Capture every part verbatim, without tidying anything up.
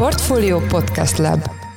Portfolio Podcast Lab.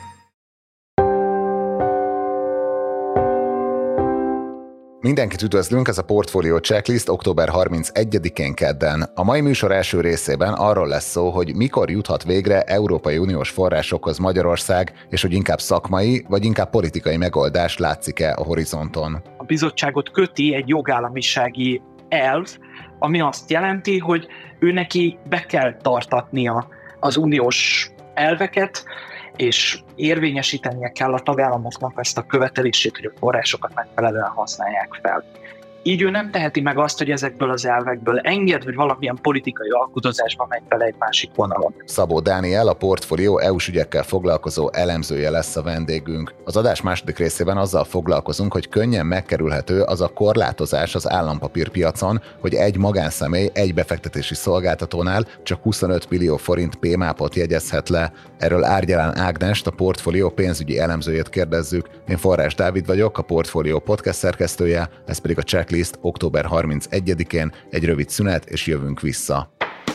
Mindenkit üdvözlünk, ez a Portfolio Checklist október harmincegyedikén kedden. A mai műsor első részében arról lesz szó, hogy mikor juthat végre Európai Uniós forrásokhoz Magyarország, és hogy inkább szakmai, vagy inkább politikai megoldás látszik-e a horizonton. A bizottságot köti egy jogállamisági elv, ami azt jelenti, hogy ő neki be kell tartatnia az uniós elveket, és érvényesítenie kell a tagállamoknak ezt a követelését, hogy a forrásokat megfelelően használják fel. Így ő nem teheti meg azt, hogy ezekből az elvekből enged, vagy valamilyen politikai alkudozásba megy bele egy másik vonalon. Szabó Dániel, a Portfolio é u-s ügyekkel foglalkozó elemzője lesz a vendégünk. Az adás második részében azzal foglalkozunk, hogy könnyen megkerülhető az a korlátozás az állampapírpiacon, hogy egy magánszemély egy befektetési szolgáltatónál csak huszonöt millió forint pémápot jegyezhet le. Erről Árgyalán Ágnest, a Portfolio pénzügyi elemzőjét kérdezzük. Én Forrás Dávid vagyok, a Portfolio podcast szerkesztője, ez pedig a Checklist október harmincegyedikén, egy rövid szünet, és jövünk vissza.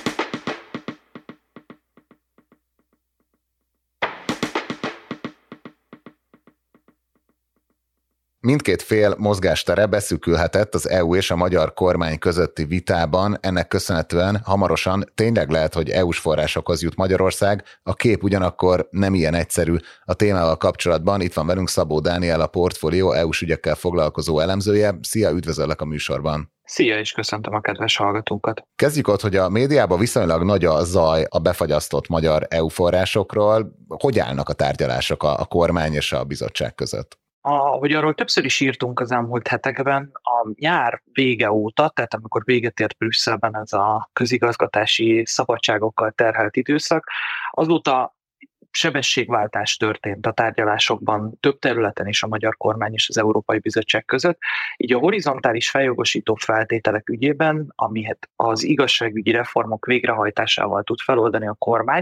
Mindkét fél mozgástere beszűkülhetett az é u és a magyar kormány közötti vitában, ennek köszönhetően hamarosan tényleg lehet, hogy é u-s forrásokhoz jut Magyarország, a kép ugyanakkor nem ilyen egyszerű. A témával kapcsolatban itt van velünk Szabó Dániel, a Portfolio é u-s ügyekkel foglalkozó elemzője. Szia, üdvözöllek a műsorban! Szia, és köszöntöm a kedves hallgatókat! Kezdjük ott, hogy a médiában viszonylag nagy a zaj a befagyasztott magyar é u forrásokról. Hogy állnak a tárgyalások a kormány és a bizottság között? Ahogy arról többször is írtunk az elmúlt hetekben, a nyár vége óta, tehát amikor véget ért Brüsszelben ez a közigazgatási szabadságokkal terhelt időszak, azóta sebességváltás történt a tárgyalásokban több területen is a magyar kormány és az Európai Bizottság között. Így a horizontális feljogosító feltételek ügyében, amit az igazságügyi reformok végrehajtásával tud feloldani a kormány,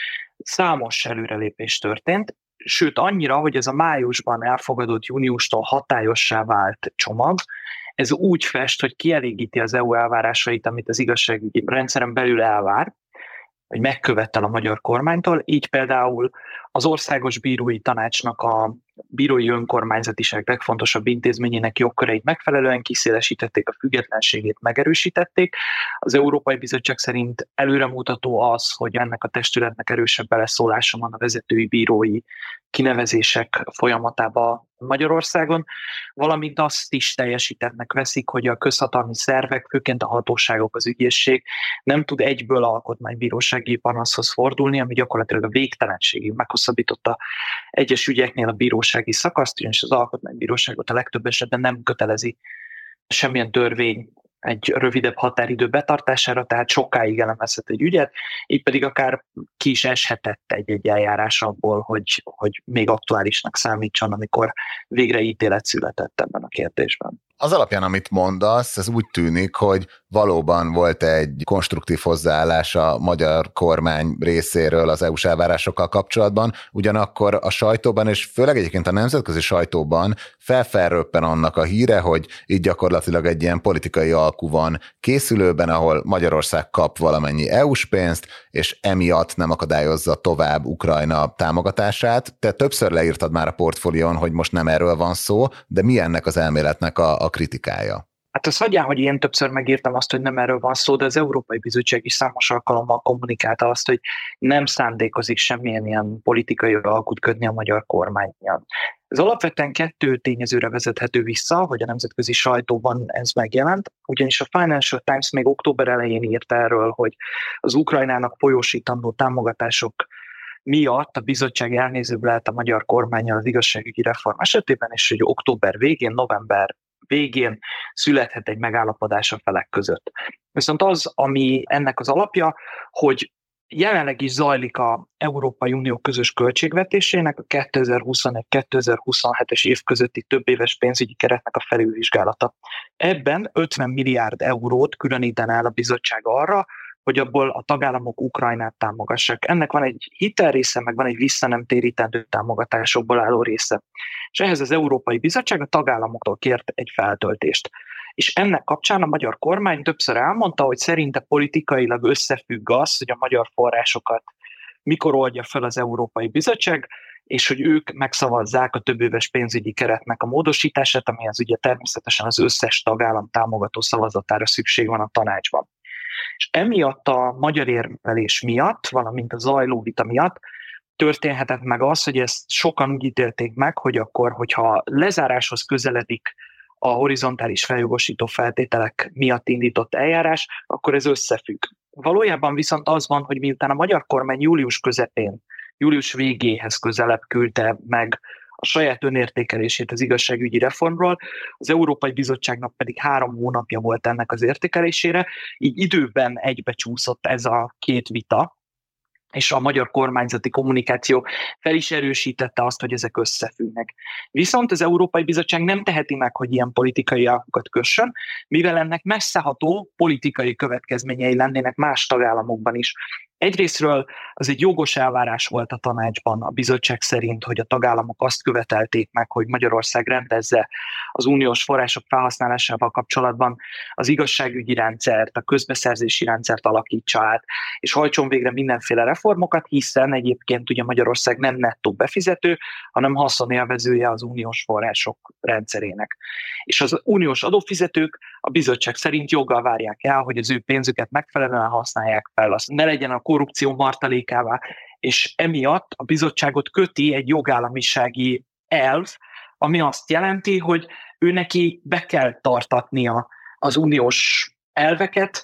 számos előrelépés történt. Sőt, annyira, hogy ez a májusban elfogadott, júniustól hatályossá vált csomag, ez úgy fest, hogy kielégíti az é u elvárásait, amit az igazságügyi rendszeren belül elvár, vagy megkövetel a magyar kormánytól. Így például az Országos Bírói Tanácsnak a bírói önkormányzatiság legfontosabb intézményének jogköreit megfelelően kiszélesítették, a függetlenségét megerősítették. Az Európai Bizottság szerint előremutató az, hogy ennek a testületnek erősebb beleszólása van a vezetői bírói kinevezések folyamatában Magyarországon, valamint azt is teljesítettnek veszik, hogy a közhatalmi szervek, főként a hatóságok, az ügyészség nem tud egyből alkotmánybírósági panaszhoz fordulni, ami gyakorlatilag a végtelenségig meghosszabbította egyes ügyeknél a bírósági szakaszt, és az alkotmánybíróságot a legtöbb esetben nem kötelezi semmilyen törvény egy rövidebb határidő betartására, tehát sokáig elemezhet egy ügyet, így pedig akár ki is eshetett egy-egy eljárás abból, hogy, hogy még aktuálisnak számítson, amikor végre ítélet született ebben a kérdésben. Az alapján, amit mondasz, ez úgy tűnik, hogy valóban volt egy konstruktív hozzáállás a magyar kormány részéről az é u-s elvárásokkal kapcsolatban, ugyanakkor a sajtóban, és főleg egyébként a nemzetközi sajtóban felfelröppen annak a híre, hogy itt gyakorlatilag egy ilyen politikai alkú van készülőben, ahol Magyarország kap valamennyi é u-s pénzt, és emiatt nem akadályozza tovább Ukrajna támogatását. Te többször leírtad már a Portfólión, hogy most nem erről van szó, de mi ennek az elméletnek a, a kritikája? Hát azt hagyján, hogy én többször megírtam azt, hogy nem erről van szó, de az Európai Bizottság is számos alkalommal kommunikálta azt, hogy nem szándékozik semmilyen ilyen politikai alkut kötni a magyar kormánnyal. Ez alapvetően kettő tényezőre vezethető vissza, hogy a nemzetközi sajtóban ez megjelent, ugyanis a Financial Times még október elején írt erről, hogy az Ukrajnának folyósítandó támogatások miatt a bizottság elnézőbb lehet a magyar kormánnyal az igazságügyi reform esetében, és hogy október végén, november végén születhet egy megállapodás a felek között. Viszont az, ami ennek az alapja, hogy jelenleg is zajlik az Európai Unió közös költségvetésének, a kétezer-huszonegy kétezer-huszonhetes év közötti több éves pénzügyi keretnek a felülvizsgálata. Ebben ötven milliárd eurót különíten el a bizottság arra, hogy abból a tagállamok Ukrajnát támogassák. Ennek van egy hitelrésze, meg van egy visszanemtérítendő támogatásokból álló része. És ehhez az Európai Bizottság a tagállamoktól kért egy feltöltést. És ennek kapcsán a magyar kormány többször elmondta, hogy szerinte politikailag összefügg az, hogy a magyar forrásokat mikor oldja fel az Európai Bizottság, és hogy ők megszavazzák a többéves pénzügyi keretnek a módosítását, amihez ugye természetesen az összes tagállam támogató szavazatára szükség van a tanácsban. És emiatt a magyar érvelés miatt, valamint a zajló vita miatt történhetett meg az, hogy ezt sokan úgy ítélték meg, hogy akkor, hogyha lezáráshoz közeledik a horizontális feljogosító feltételek miatt indított eljárás, akkor ez összefügg. Valójában viszont az van, hogy miután a magyar kormány július közepén, július végéhez közelebb küldte meg a saját önértékelését az igazságügyi reformról, az Európai Bizottságnak pedig három hónapja volt ennek az értékelésére, így időben egybecsúszott ez a két vita, és a magyar kormányzati kommunikáció fel is erősítette azt, hogy ezek összefüggnek. Viszont az Európai Bizottság nem teheti meg, hogy ilyen politikai alkokat kössön, mivel ennek messzeható politikai következményei lennének más tagállamokban is. Egyrészről az egy jogos elvárás volt a tanácsban a bizottság szerint, hogy a tagállamok azt követelték meg, hogy Magyarország rendezze az uniós források felhasználásával kapcsolatban az igazságügyi rendszert, a közbeszerzési rendszert alakítsa át, és hajtson végre mindenféle reformokat, hiszen egyébként ugye Magyarország nem nettó befizető, hanem haszonélvezője az uniós források rendszerének. És az uniós adófizetők a bizottság szerint joggal várják el, hogy az ő pénzüket megfelelően használják fel, az ne legyen a korrupció martalékává, és emiatt a bizottságot köti egy jogállamisági elv, ami azt jelenti, hogy ő neki be kell tartatnia az uniós elveket,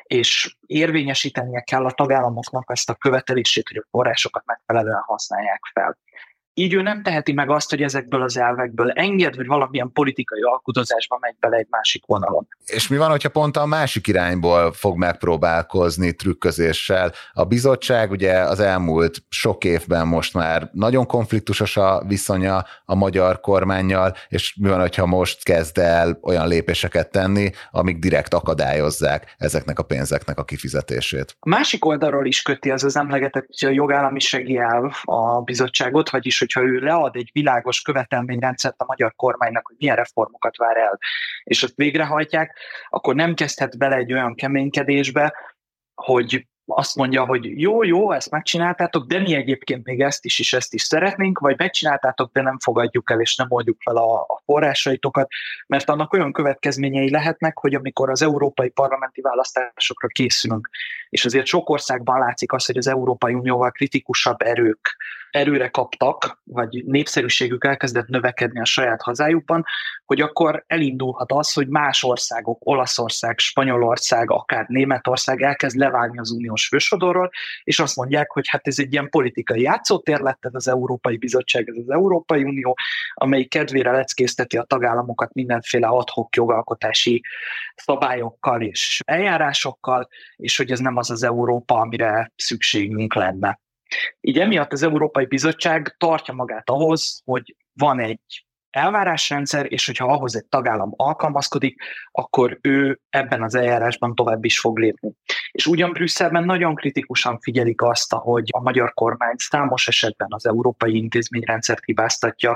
és érvényesítenie kell a tagállamoknak ezt a követelését, hogy a forrásokat megfelelően használják fel. Így ő nem teheti meg azt, hogy ezekből az elvekből enged, vagy valamilyen politikai alkudozásba megy bele egy másik vonalon. És mi van, hogyha pont a másik irányból fog megpróbálkozni trükközéssel? A bizottság ugye az elmúlt sok évben most már nagyon konfliktusos a viszonya a magyar kormánnyal, és mi van, hogyha most kezd el olyan lépéseket tenni, amik direkt akadályozzák ezeknek a pénzeknek a kifizetését? A másik oldalról is köti az az emlegetett jogállamisági elv a bizottságot, vagyis hogyha ő lead egy világos követelményrendszert a magyar kormánynak, hogy milyen reformokat vár el, és azt végrehajtják, akkor nem kezdhet bele egy olyan keménykedésbe, hogy azt mondja, hogy jó, jó, ezt megcsináltátok, de mi egyébként még ezt is és ezt is szeretnénk, vagy megcsináltátok, de nem fogadjuk el, és nem oldjuk fel a, a forrásaitokat, mert annak olyan következményei lehetnek, hogy amikor az európai parlamenti választásokra készülünk, és azért sok országban látszik az, hogy az Európai Unióval kritikusabb erők erőre kaptak, vagy népszerűségük elkezdett növekedni a saját hazájukban, hogy akkor elindulhat az, hogy más országok, Olaszország, Spanyolország, akár Németország elkezd levágni az uniós fősodorról, és azt mondják, hogy hát ez egy ilyen politikai játszótér lett, ez az Európai Bizottság, ez az Európai Unió, amely kedvére leckézteti a tagállamokat mindenféle ad hoc jogalkotási szabályokkal és eljárásokkal, és hogy ez nem az az Európa, amire szükségünk lenne. Így emiatt az Európai Bizottság tartja magát ahhoz, hogy van egy elvárásrendszer, és hogyha ahhoz egy tagállam alkalmazkodik, akkor ő ebben az eljárásban tovább is fog lépni. És ugyan Brüsszelben nagyon kritikusan figyelik azt, hogy a magyar kormány számos esetben az európai intézményrendszert hibáztatja,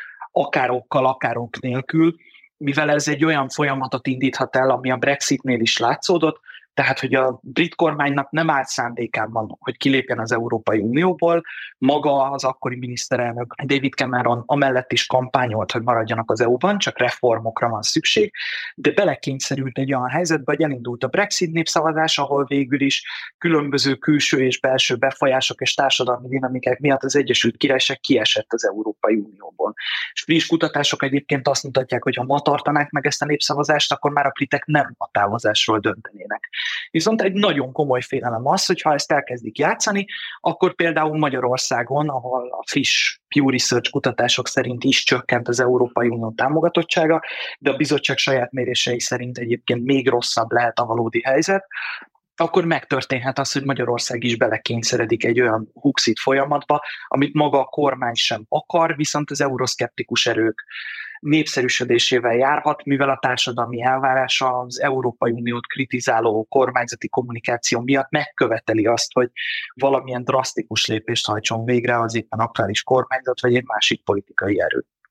akár okkal, akár ok nélkül, mivel ez egy olyan folyamatot indíthat el, ami a Brexitnél is látszódott, tehát, hogy a brit kormánynak nem állt szándékában, hogy kilépjen az Európai Unióból, maga az akkori miniszterelnök David Cameron amellett is kampányolt, hogy maradjanak az é u-ban, csak reformokra van szükség, de belekényszerült egy olyan helyzetbe, hogy elindult a Brexit népszavazás, ahol végül is különböző külső és belső befolyások és társadalmi dinamikák miatt az Egyesült Királyság kiesett az Európai Unióból. És friss kutatások egyébként azt mutatják, hogy ha ma tartanák meg ezt a népszavazást, akkor már a britek nem a távozásról döntenének. Viszont egy nagyon komoly félelem az, hogy ha ezt elkezdik játszani, akkor például Magyarországon, ahol a friss Pew Research kutatások szerint is csökkent az Európai Unió támogatottsága, de a bizottság saját mérései szerint egyébként még rosszabb lehet a valódi helyzet, akkor megtörténhet az, hogy Magyarország is belekényszeredik egy olyan huxit folyamatba, amit maga a kormány sem akar, viszont az euroszkeptikus erők népszerűsödésével járhat, mivel a társadalmi elvárás az Európai Uniót kritizáló kormányzati kommunikáció miatt megköveteli azt, hogy valamilyen drasztikus lépést hajtson végre az éppen aktuális kormányzat, vagy egy másik politikai erő.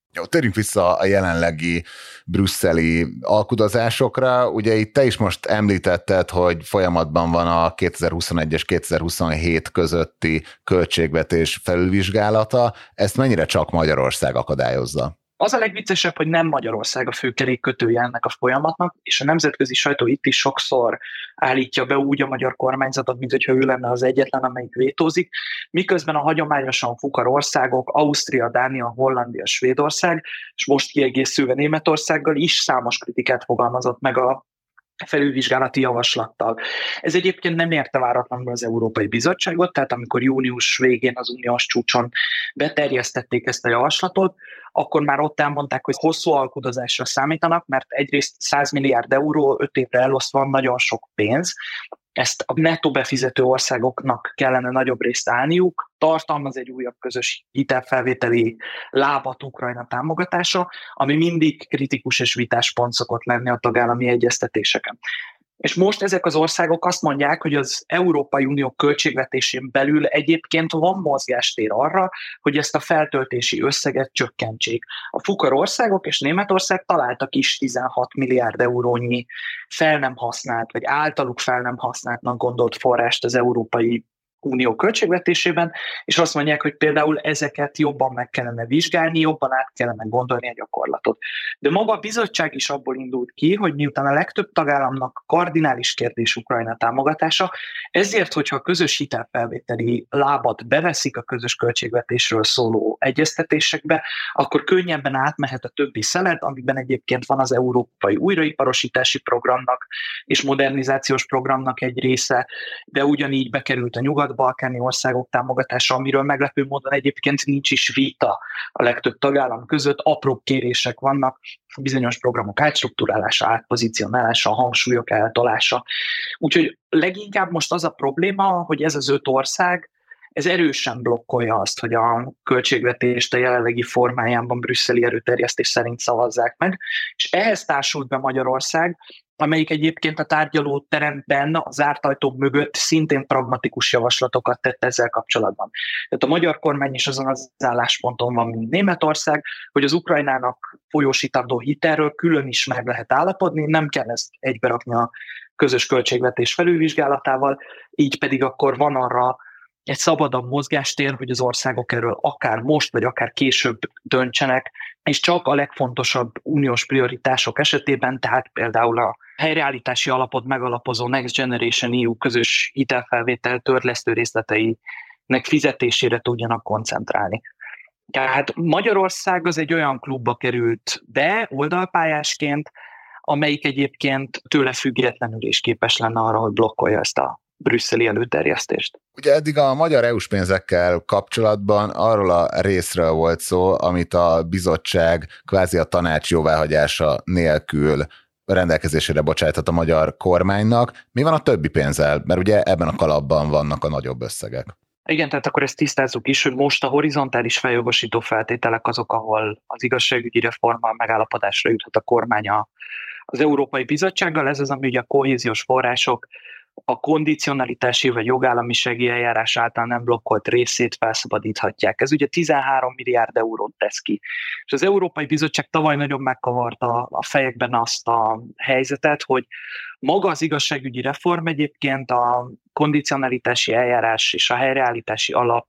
Jó, térjünk vissza a jelenlegi brüsszeli alkudozásokra. Ugye itt te is most említetted, hogy folyamatban van a kétezer-huszonegy és kétezer-huszonhét közötti költségvetés felülvizsgálata. Ezt mennyire csak Magyarország akadályozza? Az a legviccesebb, hogy nem Magyarország a fő kerékkötője ennek a folyamatnak, és a nemzetközi sajtó itt is sokszor állítja be úgy a magyar kormányzatot, mint hogyha ő lenne az egyetlen, amelyik vétózik, miközben a hagyományosan fukar országok, Ausztria, Dánia, Hollandia, Svédország, és most kiegészülve Németországgal is számos kritikát fogalmazott meg a felülvizsgálati javaslattal. Ez egyébként nem érte váratlanul az Európai Bizottságot, tehát amikor június végén az uniós csúcson beterjesztették ezt a javaslatot, akkor már ott elmondták, hogy hosszú alkudozásra számítanak, mert egyrészt száz milliárd euró öt évre elosztva nagyon sok pénz, ezt a nettó befizető országoknak kellene nagyobb részt állniuk, tartalmaz egy újabb közös hitelfelvételi lábat Ukrajna támogatása, ami mindig kritikus és vitás pont szokott lenni a tagállami egyeztetéseken. És most ezek az országok azt mondják, hogy az Európai Unió költségvetésén belül egyébként van mozgástér arra, hogy ezt a feltöltési összeget csökkentsék. A fukar országok és Németország találtak is tizenhat milliárd eurónyi fel nem használt, vagy általuk fel nem használtnak gondolt forrást az Európai Unió költségvetésében, és azt mondják, hogy például ezeket jobban meg kellene vizsgálni, jobban át kellene gondolni a gyakorlatot. De maga a bizottság is abból indult ki, hogy miután a legtöbb tagállamnak kardinális kérdés Ukrajna támogatása, ezért, hogyha a közös hitelfelvételi lábat beveszik a közös költségvetésről szóló egyeztetésekbe, akkor könnyebben átmehet a többi szelet, amiben egyébként van az európai újraiparosítási programnak és modernizációs programnak egy része, de ugyanígy bekerült a nyugat balkáni országok támogatása, amiről meglepő módon egyébként nincs is vita a legtöbb tagállam között, apróbb kérések vannak, bizonyos programok átstruktúrálása, átpozicionálása, hangsúlyok eltolása. Úgyhogy leginkább most az a probléma, hogy ez az öt ország, ez erősen blokkolja azt, hogy a költségvetést a jelenlegi formájában brüsszeli erőterjesztés szerint szavazzák meg, és ehhez társult be Magyarország, amelyik egyébként a tárgyaló teremben az zárt ajtók mögött szintén pragmatikus javaslatokat tett ezzel kapcsolatban. Tehát a magyar kormány is azon az állásponton van, mint Németország, hogy az Ukrajnának folyósítandó hitelről külön is meg lehet állapodni, nem kell ezt egyberakni a közös költségvetés felülvizsgálatával, így pedig akkor van arra egy szabadabb mozgástér, hogy az országok erről akár most, vagy akár később döntsenek, és csak a legfontosabb uniós prioritások esetében, tehát például a helyreállítási alapot megalapozó Next Generation é u közös hitelfelvétel törlesztő részleteinek fizetésére tudjanak koncentrálni. Tehát Magyarország az egy olyan klubba került be oldalpályásként, amelyik egyébként tőle függetlenül is képes lenne arra, hogy blokkolja ezt a brüsszeli előterjesztést. Ugye eddig a magyar é u-s pénzekkel kapcsolatban arról a részről volt szó, amit a bizottság kvázi a tanács jóváhagyása nélkül rendelkezésére bocsájtott a magyar kormánynak. Mi van a többi pénzzel? Mert ugye ebben a kalapban vannak a nagyobb összegek. Igen, tehát akkor ezt tisztázzuk is, hogy most a horizontális feljogosító feltételek azok, ahol az igazságügyi reformmal megállapodásra juthat a kormány az Európai Bizottsággal. Ez az, ami ugye a kohéziós források a kondicionalitási vagy jogállamisági eljárás által nem blokkolt részét felszabadíthatják. Ez ugye tizenhárom milliárd eurót tesz ki. És az Európai Bizottság tavaly nagyon megkavarta a fejekben azt a helyzetet, hogy maga az igazságügyi reform egyébként a kondicionalitási eljárás és a helyreállítási alap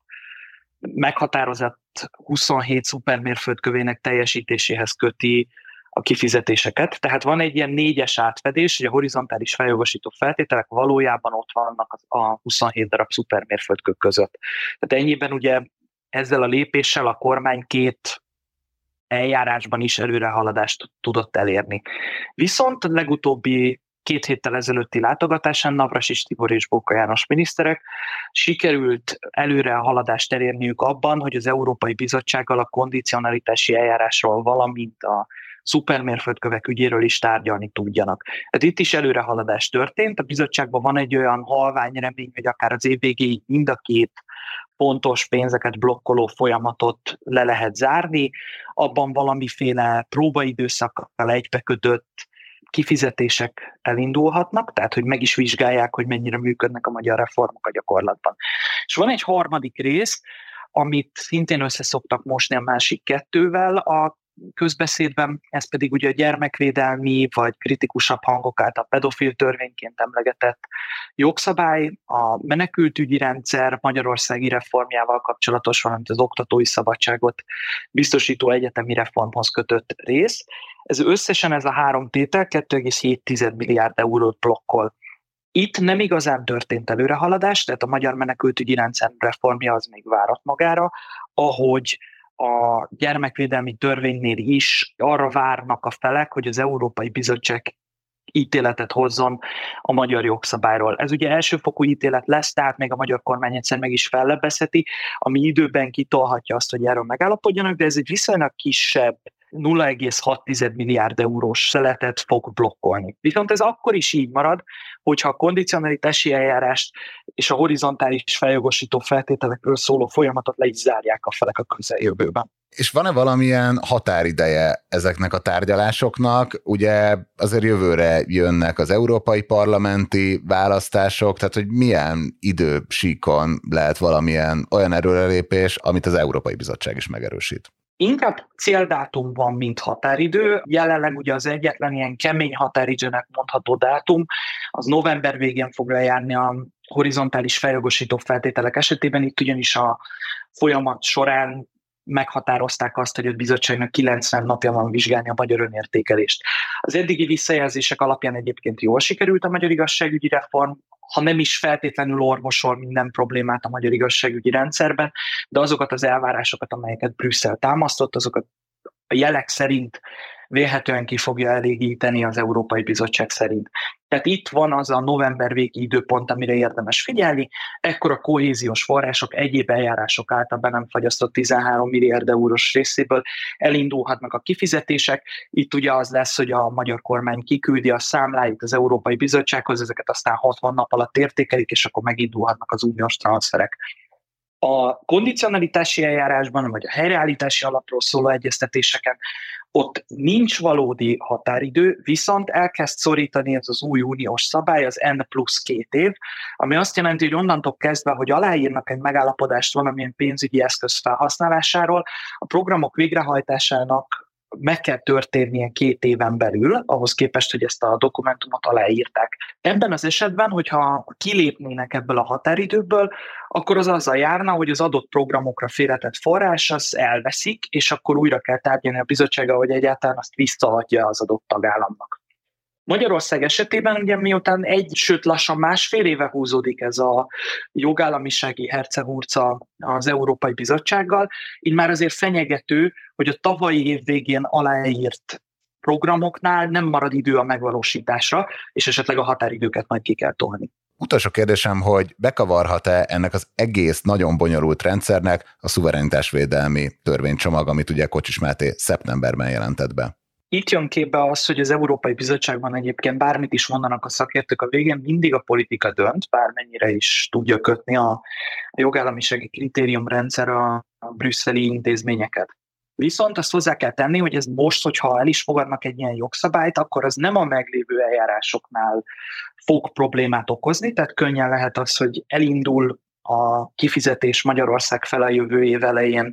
meghatározott huszonhét szupermérföldkövének teljesítéséhez köti a kifizetéseket. Tehát van egy ilyen négyes átfedés, hogy a horizontális feljogosító feltételek valójában ott vannak a huszonhét darab szupermérföldkő között. Tehát ennyiben ugye ezzel a lépéssel a kormány két eljárásban is előrehaladást tudott elérni. Viszont a legutóbbi két héttel ezelőtti látogatásán Navracsics Tibor és Bóka János miniszterek sikerült előrehaladást elérniük abban, hogy az Európai Bizottsággal a kondicionalitási eljárásról, valamint a szupermérföldkövek ügyéről is tárgyalni tudjanak. Tehát itt is előrehaladás történt, a bizottságban van egy olyan halvány remény, hogy akár az év végéig mind a két pontos pénzeket blokkoló folyamatot le lehet zárni, abban valamiféle próbaidőszakkal egybekötött kifizetések elindulhatnak, tehát hogy meg is vizsgálják, hogy mennyire működnek a magyar reformok a gyakorlatban. És van egy harmadik rész, amit szintén összeszoktak mosni a másik kettővel, a közbeszédben, ez pedig ugye a gyermekvédelmi vagy kritikusabb hangok által pedofil törvényként emlegetett jogszabály, a menekültügyi rendszer magyarországi reformjával kapcsolatos, valamint az oktatói szabadságot biztosító egyetemi reformhoz kötött rész. Ez összesen ez a három tétel kettő egész hét milliárd eurót blokkol. Itt nem igazán történt előrehaladás, tehát a magyar menekültügyi rendszer reformja az még várat magára, ahogy a gyermekvédelmi törvénynél is arra várnak a felek, hogy az Európai Bizottság ítéletet hozzon a magyar jogszabályról. Ez ugye elsőfokú ítélet lesz, tehát még a magyar kormány egyszer meg is fellebbezheti, ami időben kitolhatja azt, hogy erről megállapodjanak, de ez egy viszonylag kisebb nulla egész hat milliárd eurós szeletet fog blokkolni. Viszont ez akkor is így marad, hogyha a kondicionalitási eljárást és a horizontális feljogosító feltételekről szóló folyamatot le is zárják a felek a közeljövőben. És van-e valamilyen határideje ezeknek a tárgyalásoknak? Ugye azért jövőre jönnek az európai parlamenti választások, tehát hogy milyen idősíkon lehet valamilyen olyan erőrelépés, amit az Európai Bizottság is megerősít? Inkább céldátum van, mint határidő. Jelenleg ugye az egyetlen ilyen kemény határidőnek mondható dátum, az november végén fog lejárni a horizontális feljogosító feltételek esetében. Itt ugyanis a folyamat során meghatározták azt, hogy a bizottságnak kilencven napja van vizsgálni a magyar önértékelést. Az eddigi visszajelzések alapján egyébként jól sikerült a magyar igazságügyi reform, ha nem is feltétlenül orvosol minden problémát a magyar igazságügyi rendszerben, de azokat az elvárásokat, amelyeket Brüsszel támasztott, azokat a jelek szerint vélhetően ki fogja elégíteni az Európai Bizottság szerint. Tehát itt van az a november végi időpont, amire érdemes figyelni, ekkor a kohéziós források egyéb eljárások által be nem fagyasztott tizenhárom milliárd eurós részéből elindulhatnak a kifizetések. Itt ugye az lesz, hogy a magyar kormány kiküldi a számláit az Európai Bizottsághoz, ezeket aztán hatvan nap alatt értékelik, és akkor megindulhatnak az uniós transzferek. A kondicionalitási eljárásban, vagy a helyreállítási alapról szóló egyeztetéseken ott nincs valódi határidő, viszont elkezd szorítani ez az új uniós szabály, az N plusz két év, ami azt jelenti, hogy onnantól kezdve, hogy aláírnak egy megállapodást valamilyen pénzügyi eszköz felhasználásáról, a programok végrehajtásának meg kell történnie két éven belül, ahhoz képest, hogy ezt a dokumentumot aláírták. Ebben az esetben, hogyha kilépnének ebből a határidőből, akkor az azzal járna, hogy az adott programokra félretett forrás az elveszik, és akkor újra kell tárgyalni a bizottsággal, hogy egyáltalán azt visszaadja az adott tagállamnak. Magyarország esetében ugye miután egy, sőt lassan másfél éve húzódik ez a jogállamisági hercehurca az Európai Bizottsággal, így már azért fenyegető, hogy a tavalyi év végén aláírt programoknál nem marad idő a megvalósításra, és esetleg a határidőket majd ki kell tolni. Utolsó kérdésem, hogy bekavarhat-e ennek az egész nagyon bonyolult rendszernek a szuverenitásvédelmi törvénycsomag, amit ugye Kocsis Máté szeptemberben jelentett be? Itt jön képbe az, hogy az Európai Bizottságban egyébként bármit is mondanak a szakértők, a végén mindig a politika dönt, bármennyire is tudja kötni a, a jogállamisági kritériumrendszer a, a brüsszeli intézményeket. Viszont azt hozzá kell tenni, hogy ez most, hogyha el is fogadnak egy ilyen jogszabályt, akkor az nem a meglévő eljárásoknál fog problémát okozni, tehát könnyen lehet az, hogy elindul a kifizetés Magyarország fel a jövő év elején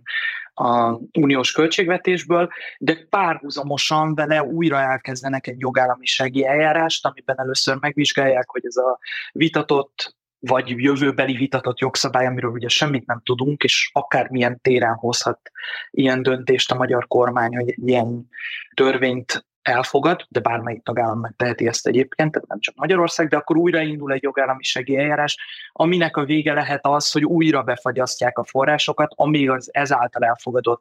a uniós költségvetésből, de párhuzamosan vele újra elkezdenek egy jogállamisági eljárást, amiben először megvizsgálják, hogy ez a vitatott vagy jövőbeli vitatott jogszabály, amiről ugye semmit nem tudunk, és akármilyen téren hozhat ilyen döntést a magyar kormány, hogy egy ilyen törvényt elfogad, de bármelyik tagállam megteheti ezt egyébként, tehát nem csak Magyarország, de akkor újraindul egy jogállamisági eljárás, aminek a vége lehet az, hogy újra befagyasztják a forrásokat, amíg az ezáltal elfogadott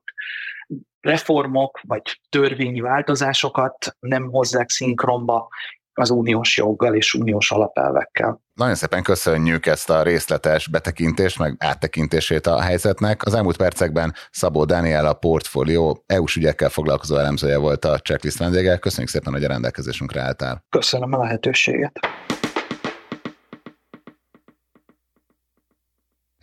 reformok vagy törvényi változásokat nem hozzák szinkronba az uniós joggal és uniós alapelvekkel. Nagyon szépen köszönjük ezt a részletes betekintést, meg áttekintését a helyzetnek. Az elmúlt percekben Szabó Dániel, a Portfolio é u-s ügyekkel foglalkozó elemzője volt a Checklist vendége. Köszönjük szépen, hogy a rendelkezésünkre álltál. Köszönöm a lehetőséget.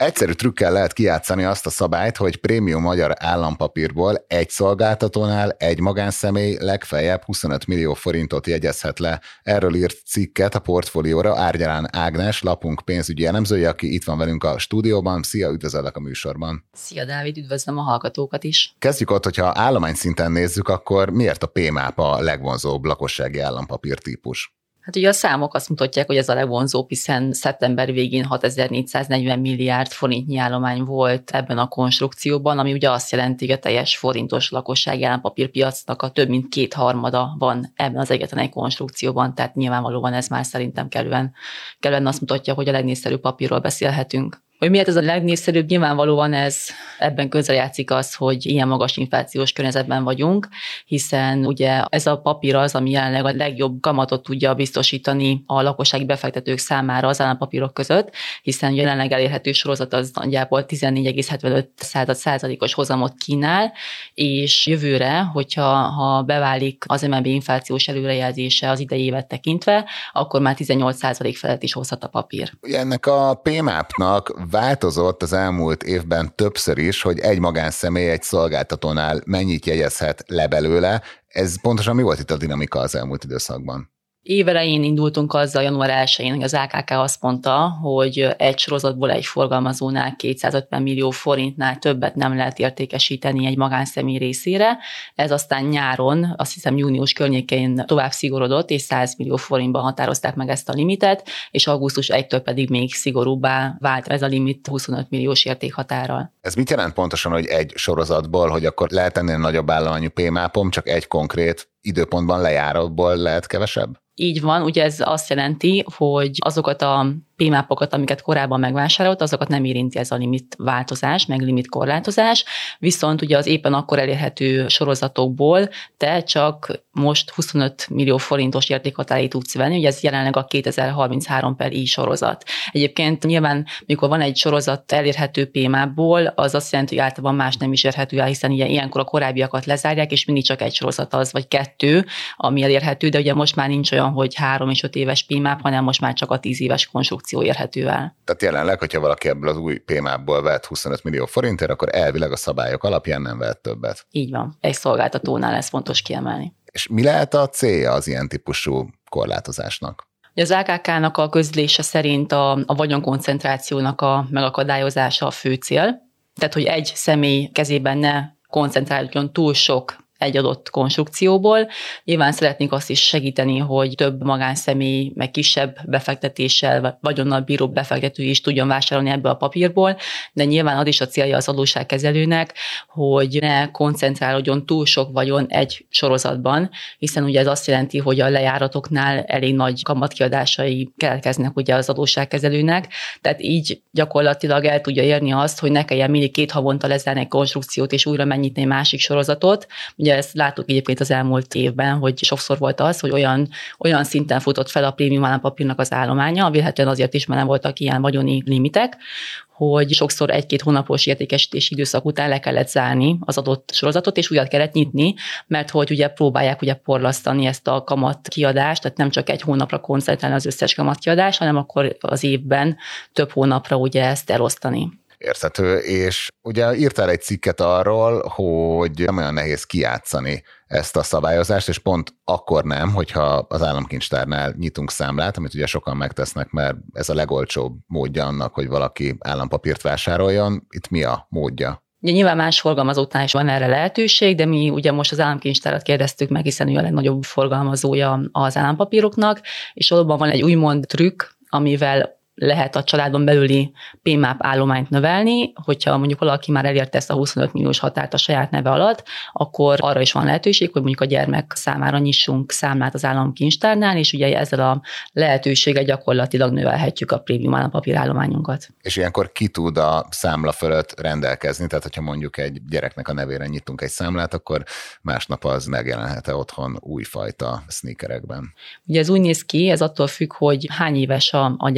Egyszerű trükkel lehet kijátszani azt a szabályt, hogy prémium magyar állampapírból egy szolgáltatónál egy magánszemély legfeljebb huszonöt millió forintot jegyezhet le. Erről írt cikket a Portfólióra Árgyalán Ágnes, lapunk pénzügyi elemzője, aki itt van velünk a stúdióban. Szia, üdvözöllek a műsorban. Szia Dávid, üdvözlöm a hallgatókat is. Kezdjük ott, hogyha állomány szinten nézzük, akkor miért a pé-máp a legvonzóbb lakossági állampapír típus? Hát ugye a számok azt mutatják, hogy ez a legvonzóbb, hiszen szeptember végén hatezer-négyszáznegyven milliárd forintnyi állomány volt ebben a konstrukcióban, ami ugye azt jelenti, hogy a teljes forintos lakossági állampapírpiacnak a több mint kétharmada van ebben az egyetlen egy konstrukcióban, tehát nyilvánvalóan ez már szerintem kellően, kellően azt mutatja, hogy a legnépszerűbb papírról beszélhetünk. Hogy miért ez a legnépszerűbb, nyilvánvalóan ez ebben közrejátszik az, hogy ilyen magas inflációs környezetben vagyunk, hiszen ugye ez a papír az, ami jelenleg a legjobb kamatot tudja biztosítani a lakossági befektetők számára az állampapírok között, hiszen jelenleg elérhető sorozat az nagyjából tizennégy egész hetvenöt százalékos hozamot kínál, és jövőre, hogyha ha beválik az em en bé inflációs előrejelzése az idei évet tekintve, akkor már tizennyolc százalék felett is hozhat a papír. Ennek a pé-mápnak változott az elmúlt évben többször is, hogy egy magánszemély egy szolgáltatónál mennyit jegyezhet le belőle. Ez pontosan mi volt itt a dinamika az elmúlt időszakban? Évelején indultunk azzal január elsején, hogy az á ká ká azt mondta, hogy egy sorozatból egy forgalmazónál kétszázötven millió forintnál többet nem lehet értékesíteni egy magánszemély részére. Ez aztán nyáron, azt hiszem június környékén tovább szigorodott, és száz millió forintban határozták meg ezt a limitet, és augusztus elsejétől pedig még szigorúbbá vált ez a limit huszonöt milliós értékhatárral. Ez mit jelent pontosan, hogy egy sorozatból, hogy akkor lehet ennél nagyobb állományú pé-mápom, csak egy konkrét időpontban lejáróból lehet kevesebb? Így van, ugye ez azt jelenti, hogy azokat a pé-mápokat, amiket korábban megvásárolt, azokat nem érinti ez a limit változás, meg limit korlátozás, viszont ugye az éppen akkor elérhető sorozatokból te csak most huszonöt millió forintos értékhatárig tudsz venni, ugye ez jelenleg a kétezer-harminchárom per i sorozat. Egyébként nyilván, mikor van egy sorozat elérhető pé-mápból, az azt jelenti, hogy általában más nem is érhető el, hiszen ugye ilyenkor a korábbiakat lezárják, és mindig csak egy sorozat az, vagy kettő, ami elérhető, de ugye most már nincs olyan, hogy három és öt éves pé-máp, hanem most már csak a tíz éves konstrukció érhető el. Tehát jelenleg, hogyha valaki ebből az új pé-mápból vett huszonöt millió forintért, akkor elvileg a szabályok alapján nem vehet többet. Így van. Egy szolgáltatónál ez fontos kiemelni. És mi lehet a célja az ilyen típusú korlátozásnak? Az á ká ká-nak a közlése szerint a, a vagyonkoncentrációnak a megakadályozása a fő cél, tehát hogy egy személy kezében ne koncentráljon túl sok egy adott konstrukcióból. Nyilván szeretnénk azt is segíteni, hogy több magánszemély, meg kisebb befektetéssel, vagyonnal bíró befektető is tudjon vásárolni ebből a papírból, de nyilván az is a célja az adósságkezelőnek, hogy ne koncentrálódjon túl sok vagyon egy sorozatban, hiszen ugye ez azt jelenti, hogy a lejáratoknál elég nagy kamatkiadásai keletkeznek ugye az adósságkezelőnek, tehát így gyakorlatilag el tudja érni azt, hogy ne kelljen mindig két havonta lezárni egy konstrukciót és újra megnyitni egy másik sorozatot. Ugye ezt láttuk egyébként az elmúlt évben, hogy sokszor volt az, hogy olyan, olyan szinten futott fel a prémium állampapírnak az állománya, vélhetően azért is, mert nem voltak ilyen vagyoni limitek, hogy sokszor egy-két hónapos értékesítési időszak után le kellett zárni az adott sorozatot, és újat kellett nyitni, mert hogy ugye próbálják ugye porlasztani ezt a kamatkiadást, tehát nem csak egy hónapra koncentrálni az összes kamatkiadást, hanem akkor az évben több hónapra ugye ezt elosztani. Érthető, és ugye írtál egy cikket arról, hogy nem olyan nehéz kijátszani ezt a szabályozást, és pont akkor nem, hogyha az államkincstárnál nyitunk számlát, amit ugye sokan megtesznek, mert ez a legolcsóbb módja annak, hogy valaki állampapírt vásároljon. Itt mi a módja? Ugye nyilván más forgalmazóknál is van erre lehetőség, de mi ugye most az államkincstárat kérdeztük meg, hiszen ő a legnagyobb forgalmazója az állampapíroknak, és valóban van egy úgymond trükk, amivel lehet a családon belüli pé-máp állományt növelni, hogyha mondjuk valaki már elérte ezt a huszonöt milliós határt a saját neve alatt, akkor arra is van lehetőség, hogy mondjuk a gyermek számára nyissunk számlát az államkincstárnál, és ugye ezzel a lehetőséggel gyakorlatilag növelhetjük a prémium állampapír állományunkat. És ilyenkor ki tud a számla fölött rendelkezni, tehát hogyha mondjuk egy gyereknek a nevére nyitunk egy számlát, akkor másnap az megjelenhet-e otthon újfajta sneakerekben? Ugye ez úgy néz ki, ez attól függ, hogy hány éves a, a gyerekünk,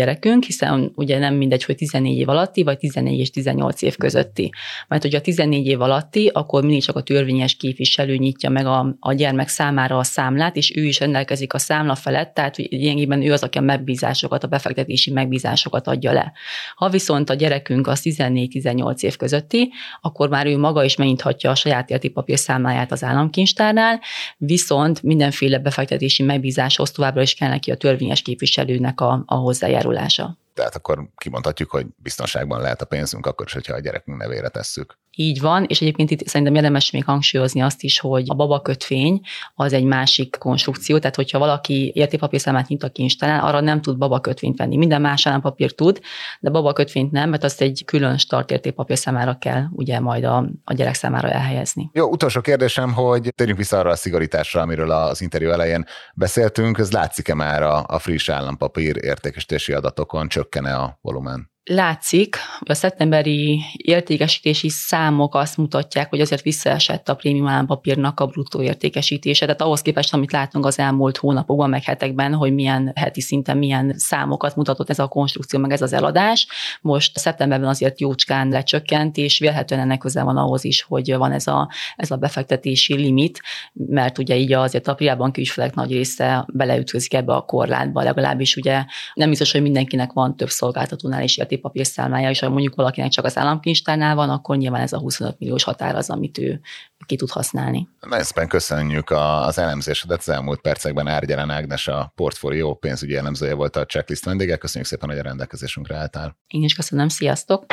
hiszen ugye nem mindegy, hogy tizennégy év alatti, vagy tizennégy és tizennyolc év közötti. Mert hogyha tizennégy év alatti, akkor mindig csak a törvényes képviselő nyitja meg a, a gyermek számára a számlát, és ő is rendelkezik a számla felett, tehát lényegében ő az, aki a megbízásokat, a befektetési megbízásokat adja le. Ha viszont a gyerekünk az tizennégy-tizennyolc év közötti, akkor már ő maga is megnyithatja a saját értékpapír számláját az államkincstárnál, viszont mindenféle befektetési megbízáshoz továbbra is kell neki a törvényes képviselőnek a, a hozzájárulása. Tehát akkor kimondhatjuk, hogy biztonságban lehet a pénzünk, akkor is, hogyha a gyerekünk nevére tesszük. Így van, és egyébként itt szerintem érdemes még hangsúlyozni azt is, hogy a babakötvény az egy másik konstrukció, tehát hogyha valaki értékpapírszámlát nyit a kincstárnál, arra nem tud babakötvényt venni. Minden más állampapír tud, de babakötvényt nem, mert azt egy külön start értékpapírszámára kell ugye majd a, a gyerek számára elhelyezni. Jó, utolsó kérdésem, hogy térjünk vissza arra a szigorításra, amiről az interjú elején beszéltünk. Ez látszik-e már a, a friss állampapír értékesítési adatokon, csökken-e a volumen? Látszik, hogy a szeptemberi értékesítési számok azt mutatják, hogy azért visszaesett a prémium állampapírnak a bruttó értékesítése, tehát ahhoz képest, amit látunk az elmúlt hónapokban, meg hetekben, hogy milyen heti szinten milyen számokat mutatott ez a konstrukció, meg ez az eladás. Most szeptemberben azért jócskán lecsökkent, és vélhetően ennek közel van ahhoz is, hogy van ez a, ez a befektetési limit, mert ugye így azért a privátbanki ügyfelek nagy része beleütközik ebbe a korlátba, legalábbis ugye nem biztos, hogy mindenkinek van több szolgáltatónál is papírszámlája, és ha mondjuk valakinek csak az államkincstárnál van, akkor nyilván ez a huszonöt milliós határ az, amit ő ki tud használni. Nagyon szépen köszönjük az elemzésedet. Az elmúlt percekben Árgyelen Ágnes, a Portfolio pénzügyi elemzője volt a Checklist vendége. Köszönjük szépen, hogy a rendelkezésünkre álltál. Én is köszönöm, sziasztok!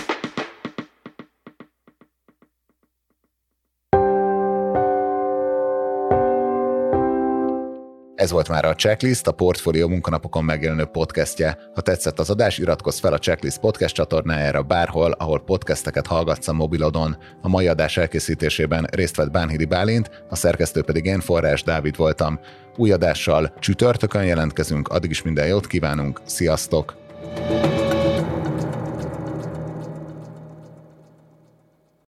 Ez volt már a Checklist, a Portfolio munkanapokon megjelenő podcastje. Ha tetszett az adás, iratkozz fel a Checklist podcast csatornájára bárhol, ahol podcasteket hallgatsz a mobilodon. A mai adás elkészítésében részt vett Bánhidi Bálint, a szerkesztő pedig én, Forrás Dávid voltam. Új adással csütörtökön jelentkezünk, addig is minden jót kívánunk, sziasztok!